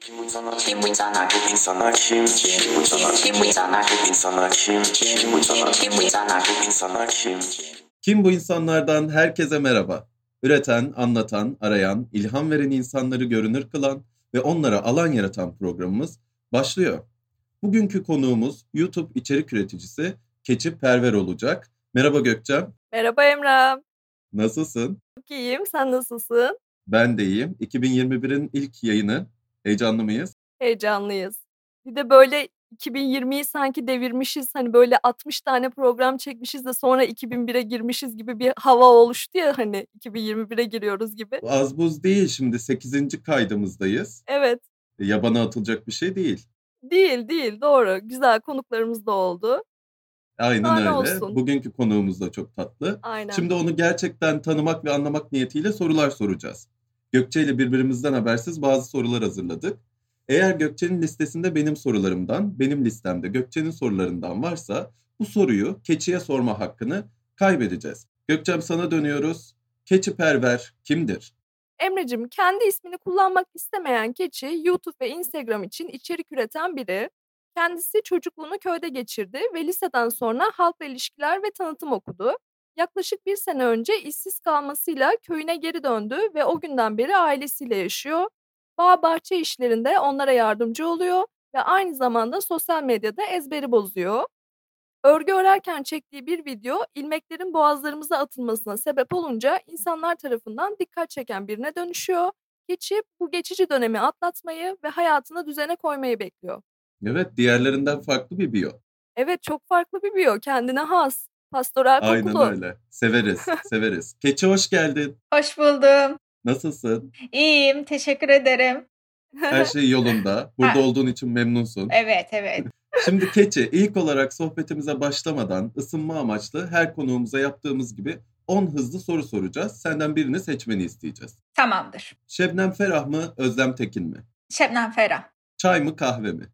Kim bu insanlardan herkese merhaba. Üreten, anlatan, arayan, ilham veren insanları görünür kılan ve onlara alan yaratan programımız başlıyor. Bugünkü konuğumuz YouTube içerik üreticisi Keçi Perver olacak. Merhaba Gökçem. Merhaba Emrah. Nasılsın? Çok iyiyim. Sen nasılsın? Ben de iyiyim. 2021'in ilk yayını. Heyecanlı mıyız? Heyecanlıyız. Bir de böyle 2020'yi sanki devirmişiz. Hani böyle 60 tane program çekmişiz de sonra 2001'e girmişiz gibi bir hava oluştu ya, hani 2021'e giriyoruz gibi. Az buz değil, şimdi 8. kaydımızdayız. Evet. Yabana atılacak bir şey değil. Değil. Doğru. Güzel konuklarımız da oldu. Aynen Daha ne öyle. olsun? Bugünkü konuğumuz da çok tatlı. Aynen. Şimdi onu gerçekten tanımak ve anlamak niyetiyle sorular soracağız. Gökçe ile birbirimizden habersiz bazı sorular hazırladık. Eğer Gökçe'nin listesinde benim sorularımdan, benim listemde Gökçe'nin sorularından varsa bu soruyu Keçi'ye sorma hakkını kaybedeceğiz. Gökçem, sana dönüyoruz. Keçi Perver kimdir? Emre'cim, kendi ismini kullanmak istemeyen keçi YouTube ve Instagram için içerik üreten biri. Kendisi çocukluğunu köyde geçirdi ve liseden sonra halkla ilişkiler ve tanıtım okudu. Yaklaşık 1 sene önce işsiz kalmasıyla köyüne geri döndü ve o günden beri ailesiyle yaşıyor. Bağ bahçe işlerinde onlara yardımcı oluyor ve aynı zamanda sosyal medyada ezberi bozuyor. Örgü örerken çektiği bir video ilmeklerin boğazlarımıza atılmasına sebep olunca insanlar tarafından dikkat çeken birine dönüşüyor. Keçi bu geçici dönemi atlatmayı ve hayatını düzene koymayı bekliyor. Evet, diğerlerinden farklı bir bio. Evet, çok farklı bir biyo, kendine has. Pastoral Aynen kokulu. öyle. Severiz. Keçi, hoş geldin. Hoş buldum. Nasılsın? İyiyim, teşekkür ederim. Her şey yolunda. Burada olduğun için memnunsun. Evet. Şimdi Keçi, ilk olarak sohbetimize başlamadan ısınma amaçlı her konuğumuza yaptığımız gibi 10 hızlı soru soracağız. Senden birini seçmeni isteyeceğiz. Tamamdır. Şebnem Ferah mı, Özlem Tekin mi? Şebnem Ferah. Çay mı, kahve mi?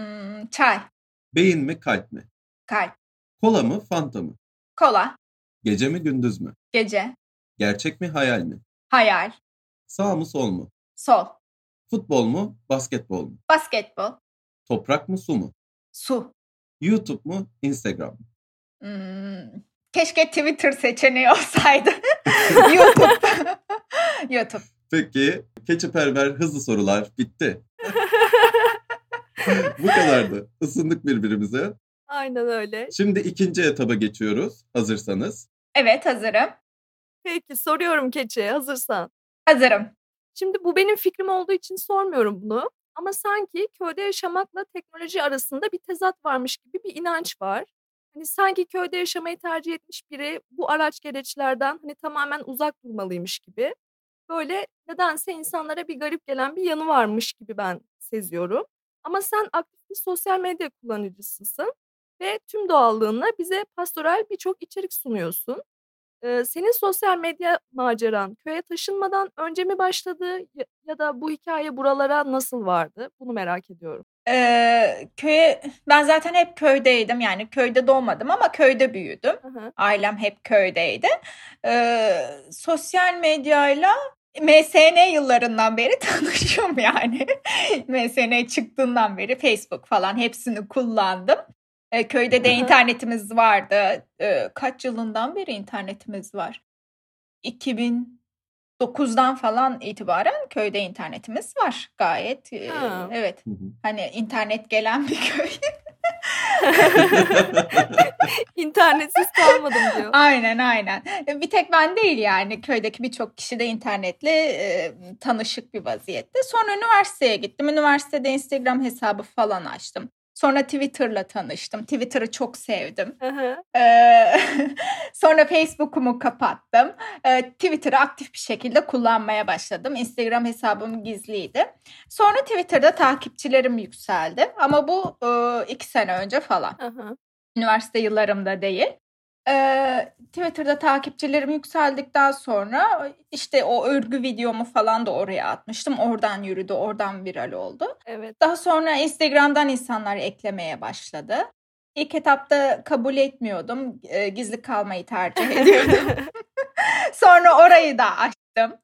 Çay. Beyin mi, kalp mi? Kalp. Kola mı, Fanta mı? Kola. Gece mi, gündüz mü? Gece. Gerçek mi, hayal mi? Hayal. Sağ mı, sol mu? Sol. Futbol mu, basketbol mu? Basketbol. Toprak mı, su mu? Su. YouTube mu, Instagram mı? Keşke Twitter seçeneği olsaydı. YouTube. YouTube. Peki, Keçi Perver hızlı sorular bitti. Bu kadardı. Isındık birbirimize. Aynen öyle. Şimdi ikinci etaba geçiyoruz. Hazırsanız. Evet, hazırım. Peki, soruyorum keçi, hazırsan. Hazırım. Şimdi bu benim fikrim olduğu için sormuyorum bunu. Ama sanki köyde yaşamakla teknoloji arasında bir tezat varmış gibi bir inanç var. Hani sanki köyde yaşamayı tercih etmiş biri bu araç gereçlerden hani tamamen uzak durmalıymış gibi. Böyle nedense insanlara bir garip gelen bir yanı varmış gibi ben seziyorum. Ama sen aktif bir sosyal medya kullanıcısısın ve tüm doğallığınla bize pastoral birçok içerik sunuyorsun. Senin sosyal medya maceran köye taşınmadan önce mi başladı ya da bu hikaye buralara nasıl vardı? Bunu merak ediyorum. Ben zaten hep köydeydim, yani köyde doğmadım ama köyde büyüdüm. Hı hı. Ailem hep köydeydi. Sosyal medyayla MSN yıllarından beri tanışıyorum yani. MSN çıktığından beri Facebook falan hepsini kullandım. Köyde de Hı hı. internetimiz vardı. Kaç yılından beri internetimiz var? 2009'dan falan itibaren köyde internetimiz var gayet. Ha. Evet. Hı hı. Hani internet gelen bir köy. İnternetsiz kalmadım diyor. Aynen. Bir tek ben değil yani. Köydeki birçok kişi de internetle tanışık bir vaziyette. Sonra üniversiteye gittim. Üniversitede Instagram hesabı falan açtım. Sonra Twitter'la tanıştım. Twitter'ı çok sevdim. Hı hı. Sonra Facebook'umu kapattım. Twitter'ı aktif bir şekilde kullanmaya başladım. Instagram hesabım gizliydi. Sonra Twitter'da takipçilerim yükseldi. Ama bu 2 sene önce falan. Hı hı. Üniversite yıllarımda değil. Twitter'da takipçilerim yükseldikten sonra işte o örgü videomu falan da oraya atmıştım. Oradan yürüdü, oradan viral oldu. Evet. Daha sonra Instagram'dan insanlar eklemeye başladı. İlk etapta kabul etmiyordum. Gizli kalmayı tercih ediyordum. Sonra orayı da açtım.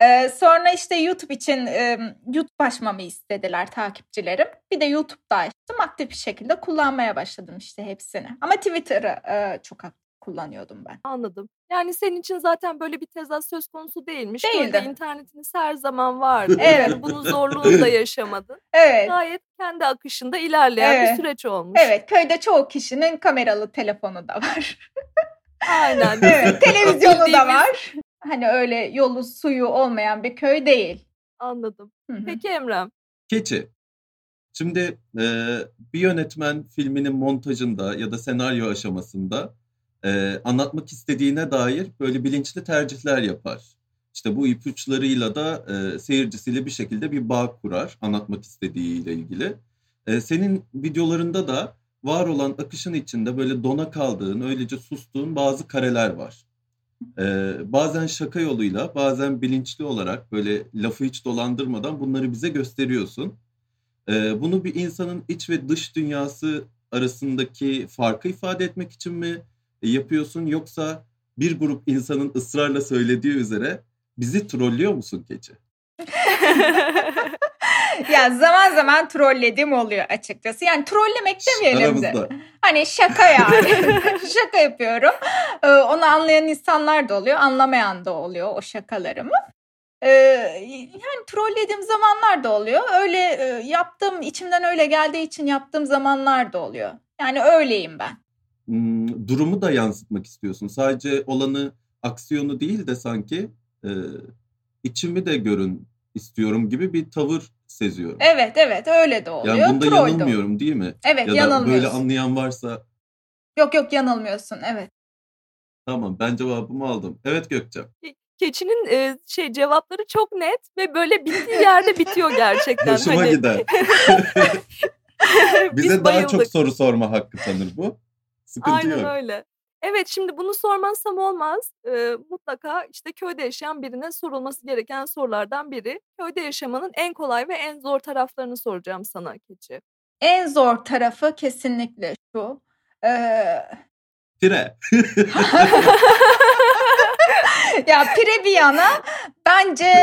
Sonra işte YouTube için YouTube açmamı istediler takipçilerim. Bir de YouTube'da açtım. Aktif bir şekilde kullanmaya başladım işte hepsini. Ama Twitter'ı çok aktif kullanıyordum ben. Anladım. Yani senin için zaten böyle bir tezat söz konusu değilmiş. Değildi. Köyde internetiniz her zaman vardı. Evet. Yani bunun zorluğunu da yaşamadın. Evet. Gayet kendi akışında ilerleyen Evet. bir süreç olmuş. Evet, köyde çoğu kişinin kameralı telefonu da var. Aynen. Evet, televizyonu da Bildiğimiz- var. Hani öyle yolu suyu olmayan bir köy değil. Anladım. Hı hı. Peki Emrem. Keçi. Şimdi bir yönetmen filminin montajında ya da senaryo aşamasında anlatmak istediğine dair böyle bilinçli tercihler yapar. İşte bu ipuçlarıyla da seyircisiyle bir şekilde bir bağ kurar anlatmak istediğiyle ilgili. Senin videolarında da var olan akışın içinde böyle dona kaldığın, öylece sustuğun bazı kareler var. Bazen şaka yoluyla, bazen bilinçli olarak böyle lafı hiç dolandırmadan bunları bize gösteriyorsun. Bunu bir insanın iç ve dış dünyası arasındaki farkı ifade etmek için mi yapıyorsun, yoksa bir grup insanın ısrarla söylediği üzere bizi trollüyor musun Keçi? Ya zaman zaman trollediğim oluyor açıkçası. Yani trollemek demeyelim de. Aramızda. Hani şaka yani. Şaka yapıyorum. Onu anlayan insanlar da oluyor, anlamayan da oluyor o şakalarımı. Yani trollediğim zamanlar da oluyor. Öyle yaptığım, içimden öyle geldiği için yaptığım zamanlar da oluyor. Yani öyleyim ben. Durumu da yansıtmak istiyorsun. Sadece olanı, aksiyonu değil de sanki içimi de görün istiyorum gibi bir tavır seziyorum. Evet öyle de oluyor. Yani bunda Troll de oluyor. yanılmıyorum değil mi? Evet, Ya da yanılmıyorsun. böyle anlayan varsa Yok yanılmıyorsun, evet. tamam, ben cevabımı aldım. Evet Gökçem. Keçinin cevapları çok net ve böyle bittiği yerde bitiyor gerçekten. Hoşuma Hani gider. biz Bize daha çok bayıldık. soru sorma hakkı tanır bu. Sıkıntı Aynen yok. öyle. Evet, şimdi bunu sormazsam olmaz. Mutlaka işte köyde yaşayan birine sorulması gereken sorulardan biri. Köyde yaşamanın en kolay ve en zor taraflarını soracağım sana Keçi. En zor tarafı kesinlikle şu. Pire. Ya pire bir yana bence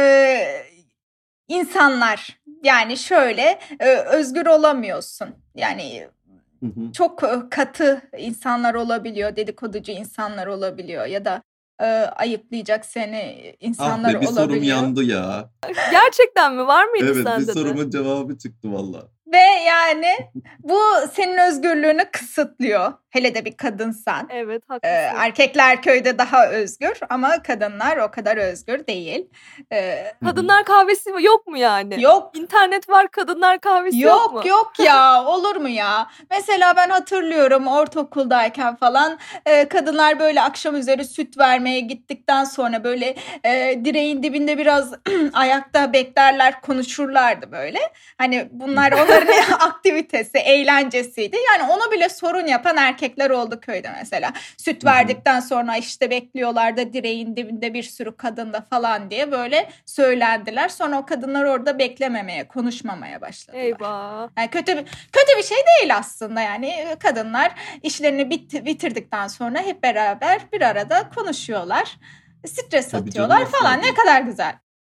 insanlar, yani şöyle özgür olamıyorsun. Yani Hı hı. çok katı insanlar olabiliyor, dedikoducu insanlar olabiliyor ya da ayıplayacak seni Ah insanlar be, bir sorum olabiliyor. yandı ya. Gerçekten mi? Var mıydı Evet, sende bir de? sorumun cevabı çıktı valla. Ve yani bu senin özgürlüğünü kısıtlıyor. Hele de bir kadınsan. Evet, haklısın. Erkekler köyde daha özgür ama kadınlar o kadar özgür değil. Kadınlar kahvesi yok mu yani? Yok. İnternet var, kadınlar kahvesi yok mu? Yok ya, olur mu ya? Mesela ben hatırlıyorum ortaokuldayken falan kadınlar böyle akşam üzeri süt vermeye gittikten sonra böyle direğin dibinde biraz ayakta beklerler, konuşurlardı böyle. Hani bunlar onların aktivitesi, eğlencesiydi. Yani onu bile sorun yapan erkekler oldu köyde mesela. Süt verdikten sonra işte bekliyorlardı direğin dibinde bir sürü kadında falan diye böyle söylendiler. Sonra o kadınlar orada beklememeye, konuşmamaya başladılar. Eyvah. Yani kötü bir şey değil aslında, yani kadınlar işlerini bitirdikten sonra hep beraber bir arada konuşuyorlar. Stres Tabii atıyorlar canım, falan, aslında. ne kadar güzel.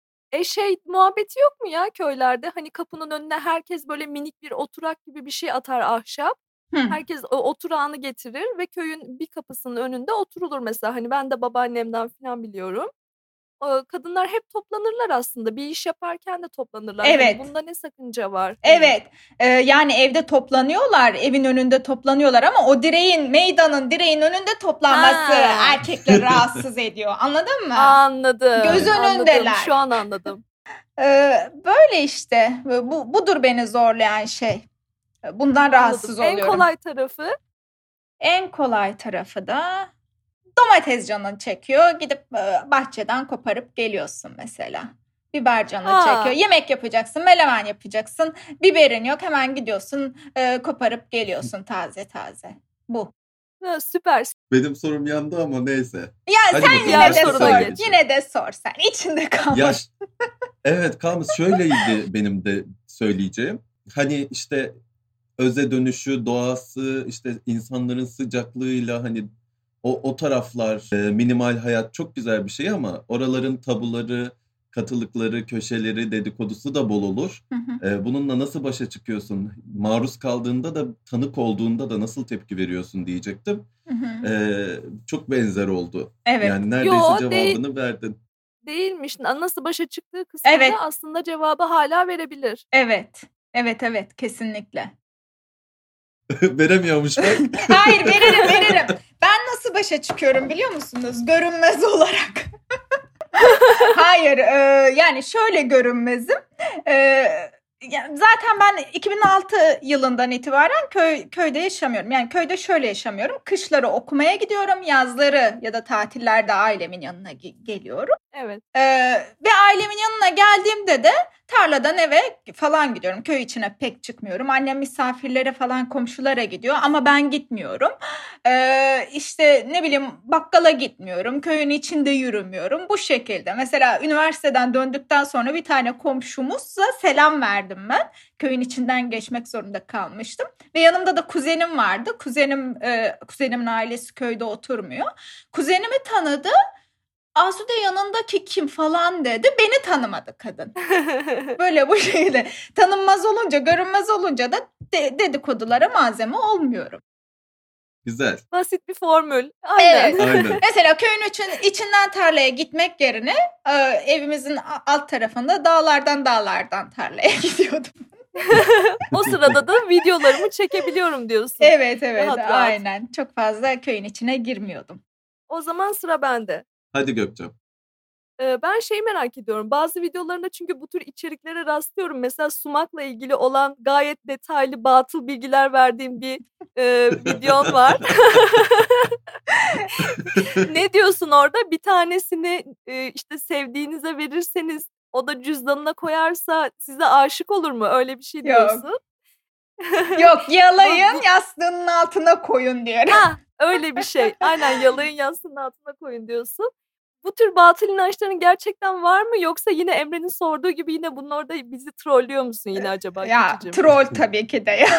Muhabbeti yok mu ya köylerde? Hani kapının önüne herkes böyle minik bir oturak gibi bir şey atar, ahşap. Hı. Herkes o oturağını getirir ve köyün bir kapısının önünde oturulur mesela. Hani ben de babaannemden falan biliyorum. Kadınlar hep toplanırlar aslında. Bir iş yaparken de toplanırlar. Evet. Hani bunda ne sakınca var? Hani Evet, yani evde toplanıyorlar, evin önünde toplanıyorlar ama o direğin önünde toplanması Ha. erkekleri rahatsız ediyor. Anladın mı? Anladım. Göz önündeler. Anladım. Şu an anladım. Böyle işte, budur beni zorlayan şey. Bundan rahatsız Anladım. oluyorum. En kolay tarafı En kolay tarafı da domates canın çekiyor. Gidip bahçeden koparıp geliyorsun mesela. Biber canı Ha. çekiyor. Yemek yapacaksın, menemen yapacaksın. Biberin yok, hemen gidiyorsun koparıp geliyorsun taze taze. Bu. süper. Benim sorum yandı ama neyse. Ya Hadi sen bakalım, yine de başka sor. soruya geçelim. Yine de sor sen. İçinde kalma. Ya, evet kalmış. Şöyleydi benim de söyleyeceğim. Hani işte öze dönüşü, doğası, işte insanların sıcaklığıyla hani o taraflar, minimal hayat çok güzel bir şey ama oraların tabuları, katılıkları, köşeleri, dedikodusu da bol olur. Bununla nasıl başa çıkıyorsun? Maruz kaldığında da, tanık olduğunda da nasıl tepki veriyorsun diyecektim. Çok benzer oldu. Evet. Yani neredeyse Yo, cevabını verdin. Değilmiş. Nasıl başa çıktığı kısmında Evet. aslında cevabı hala verebilir. Evet. Evet, kesinlikle. Veremiyormuş bak. Hayır, veririm. Ben nasıl başa çıkıyorum biliyor musunuz? Görünmez olarak. Hayır, yani şöyle görünmezim. Zaten ben 2006 yılından itibaren köyde yaşamıyorum. Yani köyde şöyle yaşamıyorum. Kışları okumaya gidiyorum, yazları ya da tatillerde ailemin yanına geliyorum. Evet. Ve ailemin yanına geldiğimde de tarladan eve falan gidiyorum. Köy içine pek çıkmıyorum. Annem misafirlere falan, komşulara gidiyor ama ben gitmiyorum. İşte ne bileyim, bakkala gitmiyorum. Köyün içinde yürümüyorum. Bu şekilde. Mesela üniversiteden döndükten sonra bir tane komşumuzla selam verdim ben. Köyün içinden geçmek zorunda kalmıştım. Ve yanımda da kuzenim vardı. Kuzenimin ailesi köyde oturmuyor. Kuzenimi tanıdı. Asude yanındaki kim falan dedi. Beni tanımadı kadın. Böyle bu şekilde. Tanınmaz olunca, görünmez olunca da dedikodulara malzeme olmuyorum. Güzel. Basit bir formül. Aynen. Evet. Aynen. Mesela köyün içinden tarlaya gitmek yerine evimizin alt tarafında dağlardan tarlaya gidiyordum. O sırada da videolarımı çekebiliyorum diyorsun. Evet, Rahat. aynen. Çok fazla köyün içine girmiyordum. O zaman sıra bende. Hadi Gökçem. Ben şeyi merak ediyorum. Bazı videolarında çünkü bu tür içeriklere rastlıyorum. Mesela sumakla ilgili olan gayet detaylı batıl bilgiler verdiğim bir videon var. Ne diyorsun orada? Bir tanesini işte sevdiğinize verirseniz o da cüzdanına koyarsa size aşık olur mu? Öyle bir şey diyorsun. Yok, yalayın yastığının altına koyun diyorum. Ha, öyle bir şey. Aynen, yalayın yastığının altına koyun diyorsun. Bu tür batıl inançların gerçekten var mı? Yoksa yine Emre'nin sorduğu gibi yine bunun orada bizi trollüyor musun yine acaba? Ya Keçicim? troll tabii ki de ya.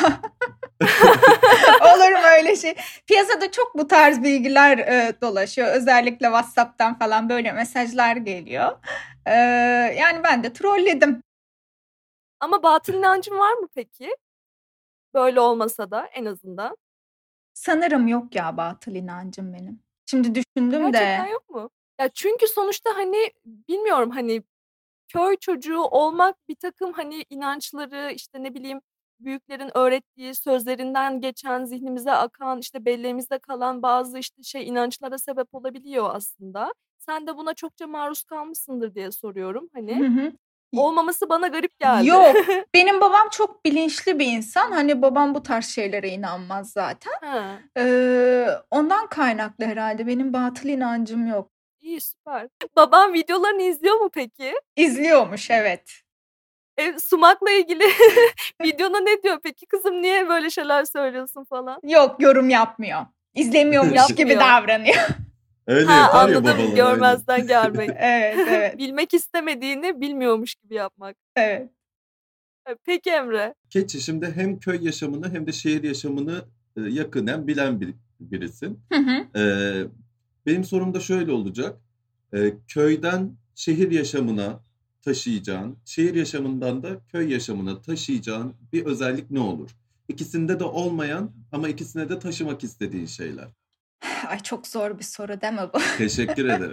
Olur mu öyle şey? Piyasada çok bu tarz bilgiler dolaşıyor. Özellikle WhatsApp'tan falan böyle mesajlar geliyor. Yani ben de trolledim. Ama batıl inancın var mı peki? Böyle olmasa da en azından. Sanırım yok ya batıl inancım benim. Şimdi düşündüm Gerçekten de. yok mu? Ya çünkü sonuçta hani bilmiyorum, hani köy çocuğu olmak bir takım hani inançları, işte ne bileyim, büyüklerin öğrettiği, sözlerinden geçen, zihnimize akan, işte belleğimizde kalan bazı işte inançlara sebep olabiliyor aslında. Sen de buna çokça maruz kalmışsındır diye soruyorum Hı hani. hı. Olmaması bana garip geldi. Yok. Benim babam çok bilinçli bir insan. Hani babam bu tarz şeylere inanmaz zaten. Ha, Ondan kaynaklı herhalde. Benim batıl inancım yok. iyi, süper. Babam videolarını izliyor mu peki? İzliyormuş, evet. Sumakla ilgili videona ne diyor peki? Kızım niye böyle şeyler söylüyorsun falan? Yok, yorum yapmıyor. İzlemiyormuş gibi Yapmıyor. davranıyor. Öyle Ha, yapar ya anladım, babalar. Aynen. görmezden gelmek. Evet. Bilmek istemediğini bilmiyormuş gibi yapmak. Evet. Peki Emre. Keçi şimdi hem köy yaşamını hem de şehir yaşamını yakından bilen birisin. Hı hı. Benim sorum da şöyle olacak. Köyden şehir yaşamına taşıyacağın, şehir yaşamından da köy yaşamına taşıyacağın bir özellik ne olur? İkisinde de olmayan ama ikisine de taşımak istediğin şeyler. Ay, çok zor bir soru değil mi bu? Teşekkür ederim.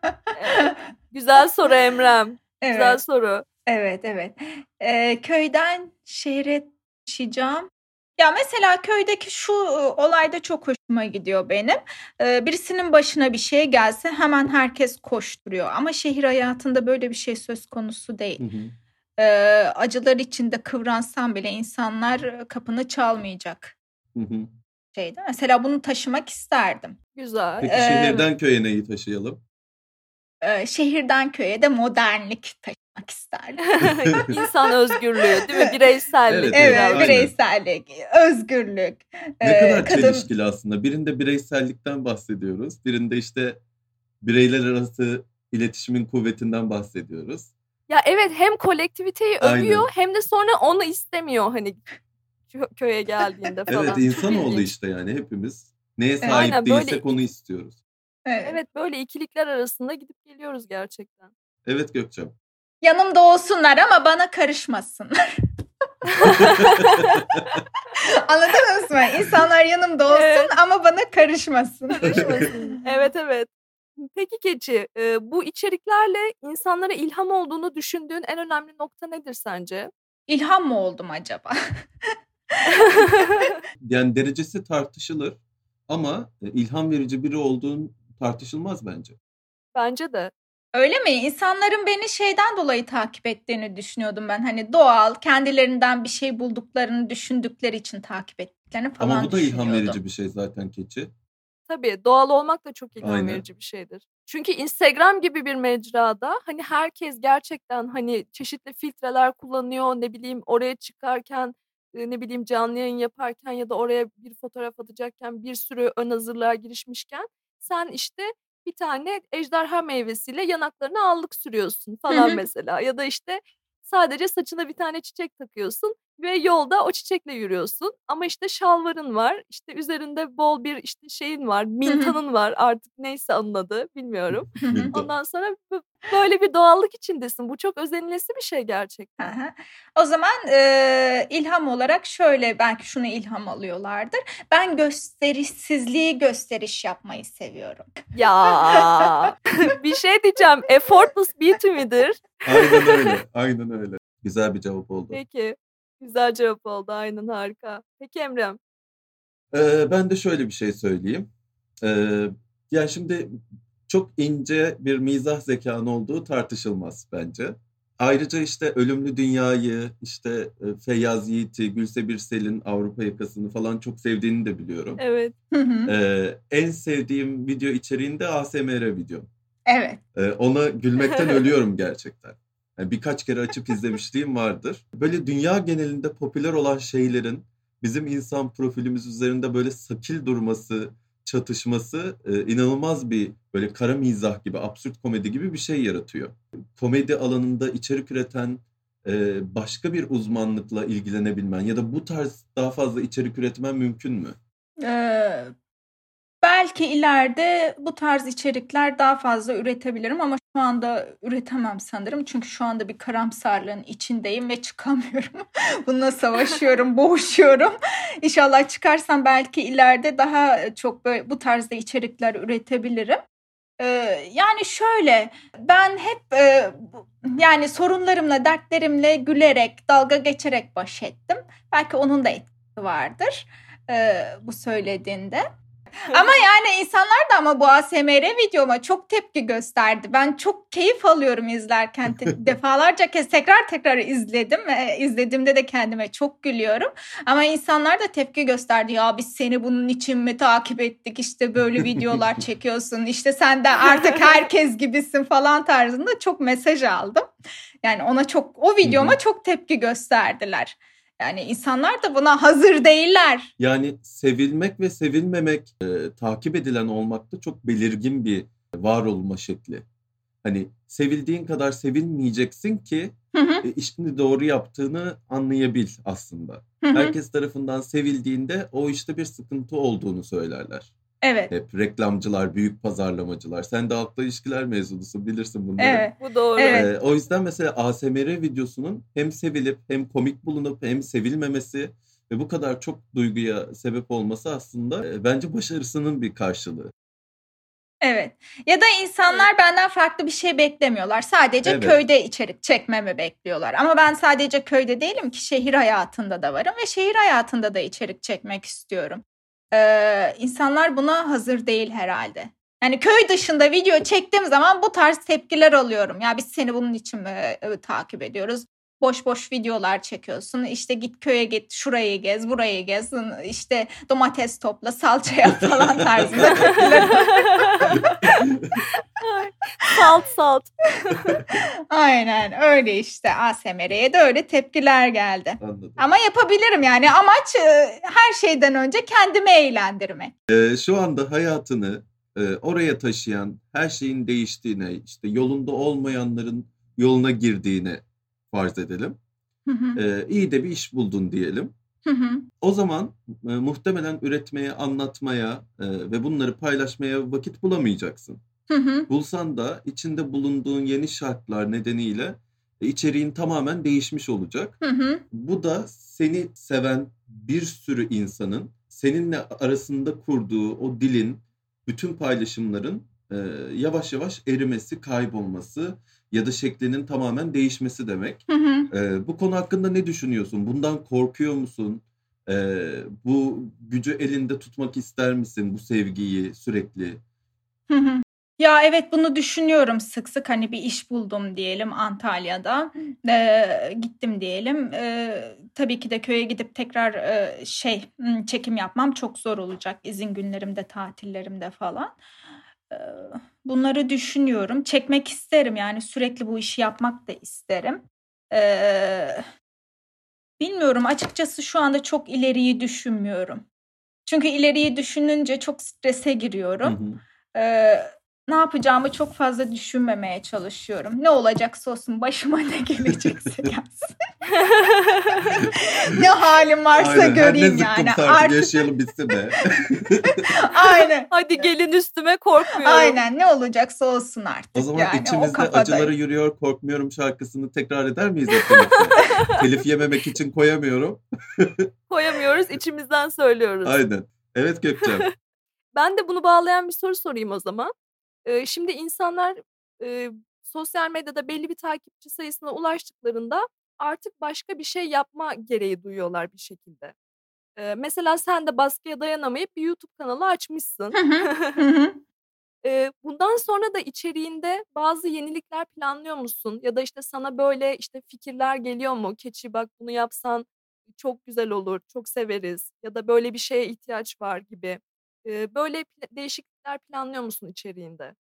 Güzel soru Emrem. Güzel Evet. soru. Evet. Köyden şehre taşıyacağım. Ya mesela köydeki şu olayda çok hoşuma gidiyor benim. Birisinin başına bir şey gelse hemen herkes koşturuyor. Ama şehir hayatında böyle bir şey söz konusu değil. Hı hı. Acılar içinde kıvransam bile insanlar kapını çalmayacak Hı hı. şeyde. Mesela bunu taşımak isterdim. Güzel. Peki şehirden köye neyi taşıyalım? Şehirden köye de modernlik taşımak isterdim. İnsan özgürlüğü, değil mi? Bireysellik. Evet, Evet, aynen. bireysellik, özgürlük. Ne kadar Kadın çelişkili aslında. Birinde bireysellikten bahsediyoruz. Birinde işte bireyler arası iletişimin kuvvetinden bahsediyoruz. Ya evet, hem kolektiviteyi övüyor Aynen. hem de sonra onu istemiyor hani köye geldiğinde falan. Evet, Çok insanoğlu ilginç. işte yani hepimiz neye Evet. sahip Aynen, böyle değilsek onu istiyoruz. evet. evet, böyle ikilikler arasında gidip geliyoruz gerçekten. Evet Gökçem. Yanımda olsunlar ama bana karışmasınlar. Anladınız mı? İnsanlar yanımda olsun Evet. ama bana karışmasın. Karışmasın. Evet. Peki Keçi, bu içeriklerle insanlara ilham olduğunu düşündüğün en önemli nokta nedir sence? İlham mı oldum acaba? Yani derecesi tartışılır ama ilham verici biri olduğun tartışılmaz bence. Bence de. Öyle mi? İnsanların beni şeyden dolayı takip ettiğini düşünüyordum ben. Hani doğal, kendilerinden bir şey bulduklarını düşündükleri için takip ettiklerini falan Ama bu da ilham düşünüyordum. verici bir şey zaten Keçi. Tabii doğal olmak da çok ilham Aynen. verici bir şeydir. Çünkü Instagram gibi bir mecrada hani herkes gerçekten hani çeşitli filtreler kullanıyor. Ne bileyim oraya çıkarken ne bileyim canlı yayın yaparken ya da oraya bir fotoğraf atacakken bir sürü ön hazırlığa girişmişken sen işte bir tane ejderha meyvesiyle yanaklarına allık sürüyorsun Hı falan hı. mesela. Ya da işte sadece saçına bir tane çiçek takıyorsun ve yolda o çiçekle yürüyorsun. Ama işte şalvarın var, işte üzerinde bol bir işte şeyin var, Hı hı. mintanın var artık neyse onun adı bilmiyorum. Hı hı. Minto. Ondan sonra böyle bir doğallık içindesin. Bu çok özenilesi bir şey gerçekten. Aha. O zaman ilham olarak şöyle belki şunu ilham alıyorlardır. Ben gösterişsizliği gösteriş yapmayı seviyorum. Ya bir şey diyeceğim. Effortless beauty midir? Aynen öyle. Aynen öyle. Güzel bir cevap oldu. Peki. Güzel cevap oldu. Aynen harika. Peki Emrem. Ben de şöyle bir şey söyleyeyim. Yani şimdi çok ince bir mizah zekanın olduğu tartışılmaz bence. Ayrıca işte Ölümlü Dünya'yı, işte Feyyaz Yiğit'i, Gülse Birsel'in Avrupa Yakası'nı falan çok sevdiğini de biliyorum. Evet. Hı hı. En sevdiğim video içeriğinde ASMR video. Evet. Ona gülmekten ölüyorum gerçekten. Yani birkaç kere açıp izlemişliğim vardır. Böyle dünya genelinde popüler olan şeylerin bizim insan profilimiz üzerinde böyle sakil durması, çatışması inanılmaz bir böyle kara mizah gibi, absürt komedi gibi bir şey yaratıyor. Komedi alanında içerik üreten başka bir uzmanlıkla ilgilenebilmen ya da bu tarz daha fazla içerik üretmen mümkün mü? Ee, Belki ileride bu tarz içerikler daha fazla üretebilirim ama şu anda üretemem sanırım. Çünkü şu anda bir karamsarlığın içindeyim ve çıkamıyorum. Bununla savaşıyorum, boğuşuyorum. İnşallah çıkarsam belki ileride daha çok böyle bu tarzda içerikler üretebilirim. Yani şöyle ben hep yani sorunlarımla, dertlerimle gülerek, dalga geçerek baş ettim. Belki onun da etkisi vardır bu söylediğinde. Ama yani insanlar da ama bu ASMR videoma çok tepki gösterdi. Ben çok keyif alıyorum izlerken. Defalarca kez tekrar izledim. İzlediğimde de kendime çok gülüyorum. Ama insanlar da tepki gösterdi. Ya biz seni bunun için mi takip ettik? İşte böyle videolar çekiyorsun. İşte sen de artık herkes gibisin falan tarzında çok mesaj aldım. Yani o videoma çok tepki gösterdiler. Yani insanlar da buna hazır değiller. Yani sevilmek ve sevilmemek takip edilen olmakta çok belirgin bir var olma şekli. Hani sevildiğin kadar sevilmeyeceksin ki işini doğru yaptığını anlayabil aslında. Herkes tarafından sevildiğinde o işte bir sıkıntı olduğunu söylerler. Evet. Hep reklamcılar, büyük pazarlamacılar. Sen de halkla ilişkiler mezunusun, bilirsin bunları. Evet. Bu doğru. Evet. O yüzden mesela ASMR videosunun hem sevilip hem komik bulunup hem sevilmemesi ve bu kadar çok duyguya sebep olması aslında bence başarısının bir karşılığı. Evet. Ya da insanlar benden farklı bir şey beklemiyorlar. Sadece köyde içerik çekmemi bekliyorlar. Ama ben sadece köyde değilim ki şehir hayatında da varım ve şehir hayatında da içerik çekmek istiyorum. İnsanlar buna hazır değil herhalde. Yani köy dışında video çektiğim zaman bu tarz tepkiler alıyorum. Ya biz seni bunun için mi takip ediyoruz? Boş videolar çekiyorsun. İşte git köye git, şurayı gez, burayı gez. İşte domates topla, salça yap falan tarzında tepkiler. Salt. Aynen öyle işte ASMR'ye de öyle tepkiler geldi. Anladım. Ama yapabilirim yani amaç her şeyden önce kendimi eğlendirmek. Şu anda hayatını oraya taşıyan her şeyin değiştiğine, işte yolunda olmayanların yoluna girdiğine farz edelim. İyi de bir iş buldun diyelim. O zaman muhtemelen üretmeye, anlatmaya ve bunları paylaşmaya vakit bulamayacaksın. Bulsan da içinde bulunduğun yeni şartlar nedeniyle içeriğin tamamen değişmiş olacak. Hı hı. Bu da seni seven bir sürü insanın seninle arasında kurduğu o dilin, bütün paylaşımların yavaş yavaş erimesi, kaybolması ya da şeklinin tamamen değişmesi demek. Hı hı. Bu konu hakkında ne düşünüyorsun? Bundan korkuyor musun? Bu gücü elinde tutmak ister misin, bu sevgiyi sürekli? Hı hı. Ya evet, bunu düşünüyorum sık sık. Hani bir iş buldum diyelim Antalya'da. Gittim diyelim. Tabii ki de köye gidip tekrar çekim yapmam çok zor olacak. İzin günlerimde, tatillerimde falan. Ee, Bunları düşünüyorum. Çekmek isterim, yani sürekli bu işi yapmak da isterim. Ee, Bilmiyorum, açıkçası şu anda çok ileriyi düşünmüyorum. Çünkü ileriyi düşününce çok strese Hı giriyorum. hı. Ne yapacağımı çok fazla düşünmemeye çalışıyorum. Ne olacaksa olsun, başıma ne gelecekse gelsin. Ne halim varsa Aynen. Her ne göreyim yani. zıkkımsa artık yaşayalım bitsin be. Aynen. Hadi gelin üstüme, korkmuyorum. Aynen, ne olacaksa olsun artık. O zaman yani o içimizde kafadayım. acıları yürüyor, korkmuyorum şarkısını tekrar eder miyiz hep birlikte? Telif yememek için koyamıyorum. Koyamıyoruz, içimizden söylüyoruz. Aynen. Evet Gökçem. Ben de bunu bağlayan bir soru sorayım o zaman. Şimdi insanlar sosyal medyada belli bir takipçi sayısına ulaştıklarında artık başka bir şey yapma gereği duyuyorlar bir şekilde. Mesela sen de baskıya dayanamayıp bir YouTube kanalı açmışsın. Hı hı, hı hı. Bundan sonra da içeriğinde bazı yenilikler planlıyor musun? Ya da işte sana böyle işte fikirler geliyor mu? Keçi bak bunu yapsan çok güzel olur, çok severiz. Ya da böyle bir şeye ihtiyaç var gibi. Böyle değişiklikler planlıyor musun içeriğinde?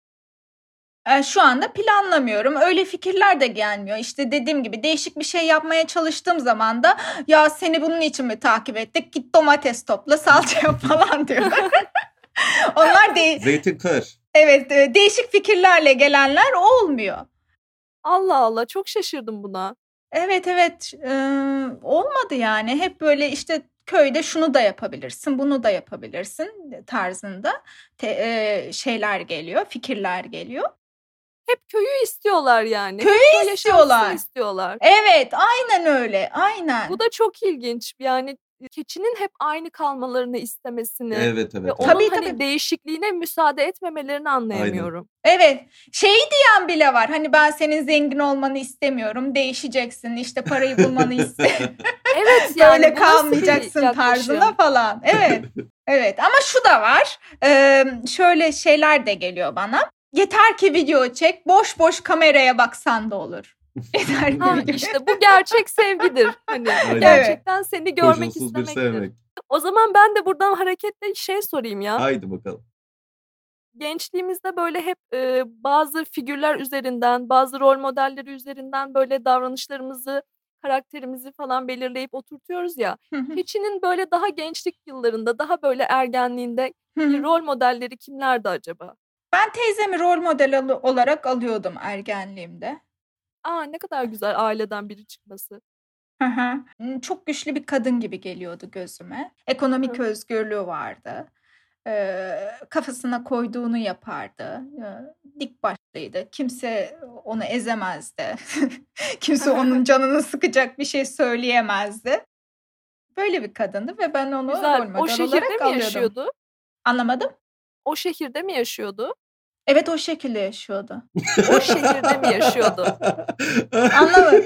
Şu anda planlamıyorum. Öyle fikirler de gelmiyor. İşte dediğim gibi değişik bir şey yapmaya çalıştığım zaman da ya seni bunun için mi takip ettik? Git domates topla, salça yap falan diyorlar. Onlar Zeytin kır. evet, değişik fikirlerle gelenler olmuyor. Allah Allah, çok şaşırdım buna. Evet, olmadı yani. Hep böyle işte köyde şunu da yapabilirsin, bunu da yapabilirsin tarzında şeyler geliyor, fikirler geliyor. Hep köyü istiyorlar yani. Köyü Hep köy istiyorlar. yaşantısını istiyorlar. Evet, aynen öyle, aynen. Bu da çok ilginç. Yani keçinin hep aynı kalmalarını istemesini Evet ve evet onun evet. Tabii. değişikliğine müsaade etmemelerini Aynen. anlayamıyorum. Evet, şey diyen bile var. Hani ben senin zengin olmanı istemiyorum, değişeceksin, işte parayı bulmanı istiyorum. Evet yani Böyle bu nasıl bir kalmayacaksın tarzında yaklaşım? falan. Evet, ama şu da var. Şöyle şeyler de geliyor bana. Yeter ki video çek, boş boş kameraya baksan da olur. Yeter ki Ha video. işte bu gerçek sevgidir. Hani Aynen. gerçekten seni görmek Koşulsuz bir istemektir. sevmek. O zaman ben de buradan hareketle şey sorayım ya. Haydi bakalım. Gençliğimizde böyle hep bazı figürler üzerinden, bazı rol modelleri üzerinden böyle davranışlarımızı, karakterimizi falan belirleyip oturtuyoruz ya. Hı hı, Keçinin böyle daha gençlik yıllarında, daha böyle ergenliğinde hı hı. rol modelleri kimlerdi acaba? Ben teyzemi rol model olarak alıyordum ergenliğimde. Aa ne kadar güzel aileden biri çıkması. Hı hı. Çok güçlü bir kadın gibi geliyordu gözüme. Ekonomik özgürlüğü vardı. Kafasına koyduğunu yapardı. Dik başlıydı. Kimse onu ezemezdi. Kimse onun canını sıkacak bir şey söyleyemezdi. Böyle bir kadındı ve ben onu rol Güzel. O model şehirde olarak mi alıyordum. yaşıyordu? Anlamadım. O şehirde mi yaşıyordu? Evet, o şekilde yaşıyordu. O şehirde mi yaşıyordu? Anlamadım.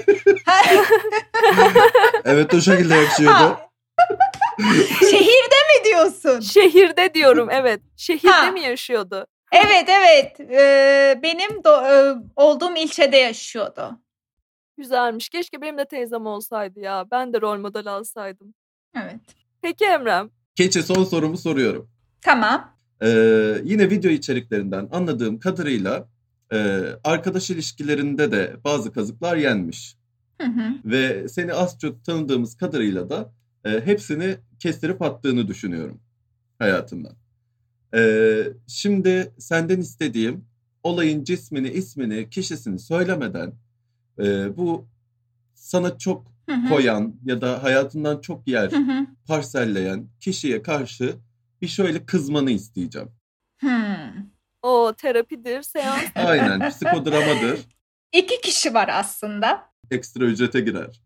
Evet o şekilde yaşıyordu. Ha, şehirde mi diyorsun? Şehirde diyorum evet. Şehirde Ha. mi yaşıyordu? Evet. Benim olduğum ilçede yaşıyordu. Güzelmiş. Keşke benim de teyzem olsaydı ya. Ben de rol model alsaydım. Evet. Peki Emrem. Keçi son sorumu soruyorum. Tamam. Yine video içeriklerinden anladığım kadarıyla arkadaş ilişkilerinde de bazı kazıklar yenmiş. Hı hı. Ve seni az çok tanıdığımız kadarıyla da hepsini kestirip attığını düşünüyorum hayatından. Şimdi senden istediğim olayın cismini, ismini, kişisini söylemeden bu sana çok Hı hı. koyan ya da hayatından çok yer Hı hı. parselleyen kişiye karşı bir şöyle kızmanı isteyeceğim. O terapidir, seans. Aynen, psikodramadır. 2 kişi var aslında. Ekstra ücrete girer.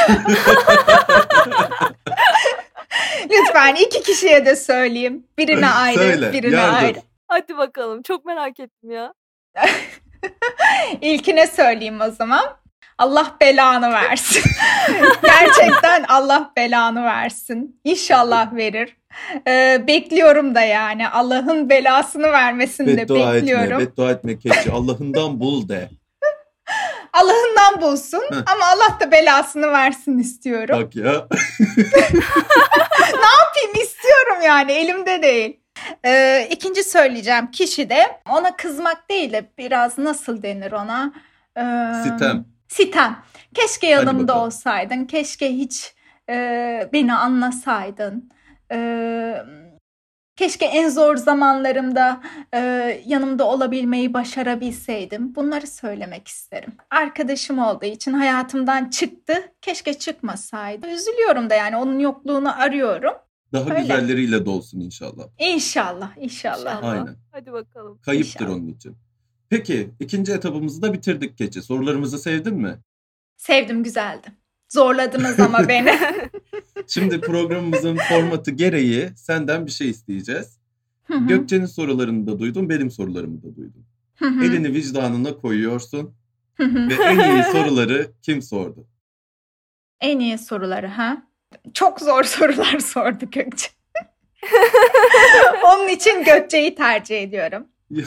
Lütfen 2 kişiye de söyleyeyim. Birine ayrı, Söyle, birine yardır. ayrı. Hadi bakalım. Çok merak ettim ya. İlkine söyleyeyim o zaman. Allah belanı versin. Gerçekten Allah belanı versin. İnşallah verir. Bekliyorum da yani. Allah'ın belasını vermesini de Beddua bekliyorum. etme, beddua etme keçi. Allah'ından bul de. Allah'ından bulsun ama Allah da belasını versin istiyorum. Bak ya. Ne yapayım istiyorum yani elimde değil. İkinci söyleyeceğim kişi de ona kızmak değil de biraz nasıl denir ona? Sitem. Sitem. Keşke yanımda bakalım. olsaydın. Keşke hiç beni anlasaydın. Keşke en zor zamanlarımda yanımda olabilmeyi başarabilseydim. Bunları söylemek isterim. Arkadaşım olduğu için hayatımdan çıktı. Keşke çıkmasaydı. Üzülüyorum da yani onun yokluğunu arıyorum. Daha Öyle. güzelleriyle dolsun inşallah. İnşallah. İnşallah. Aynen. Hadi bakalım. Kayıptır İnşallah. onun için. Peki ikinci etapımızı da bitirdik keçi. Sorularımızı sevdin mi? Sevdim, güzeldi. Zorladınız ama beni. Şimdi programımızın formatı gereği senden bir şey isteyeceğiz. Hı hı, Gökçe'nin sorularını da duydun, benim sorularımı da duydun. hı hı, Elini vicdanına koyuyorsun hı hı. ve en iyi soruları kim sordu? En iyi soruları ha? Çok zor sorular sordu Gökçe. Onun için Gökçe'yi tercih ediyorum.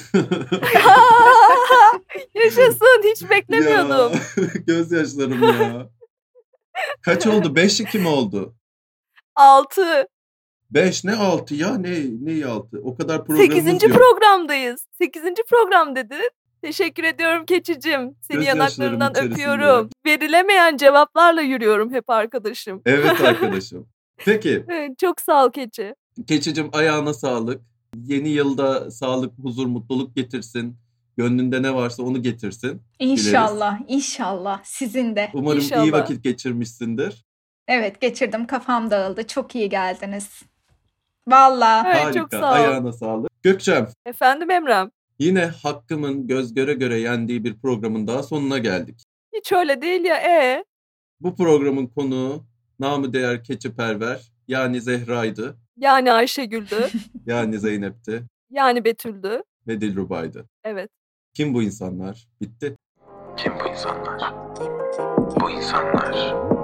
Yaşasın. Hiç beklemiyordum. Ya, gözyaşlarım ya. Kaç oldu? 5-2 mi oldu? 6. 5 ne 6 ya? Ne 6? O kadar programımız 8. yok. programdayız. 8. program dedi. Teşekkür ediyorum keçicim. Seni Gözyaşlarım yanaklarından içerisinde. öpüyorum. Verilemeyen cevaplarla yürüyorum hep arkadaşım. Evet arkadaşım. Peki Evet, çok sağ ol keçi. keçicim ayağına sağlık. Yeni yılda sağlık, huzur, mutluluk getirsin. Gönlünde ne varsa onu getirsin. İnşallah, inşallah. Sizin de. Umarım iyi İnşallah. vakit geçirmişsindir. Evet, geçirdim. Kafam dağıldı. Çok iyi geldiniz. Vallahi. Evet, Harika. çok sağ ol. Ayağına sağlık. Gökçem, Efendim Emrem. yine hakkımın göz göre göre yendiği bir programın daha sonuna geldik. Hiç öyle değil ya. Bu programın konuğu namı değer keçiperver yani Zehra'ydı, Yani Ayşegül'dü. yani Zeynep'ti Yani Betül'dü. ve Dilruba'ydı. Evet. Kim bu insanlar? Bitti. Kim bu insanlar? Bu insanlar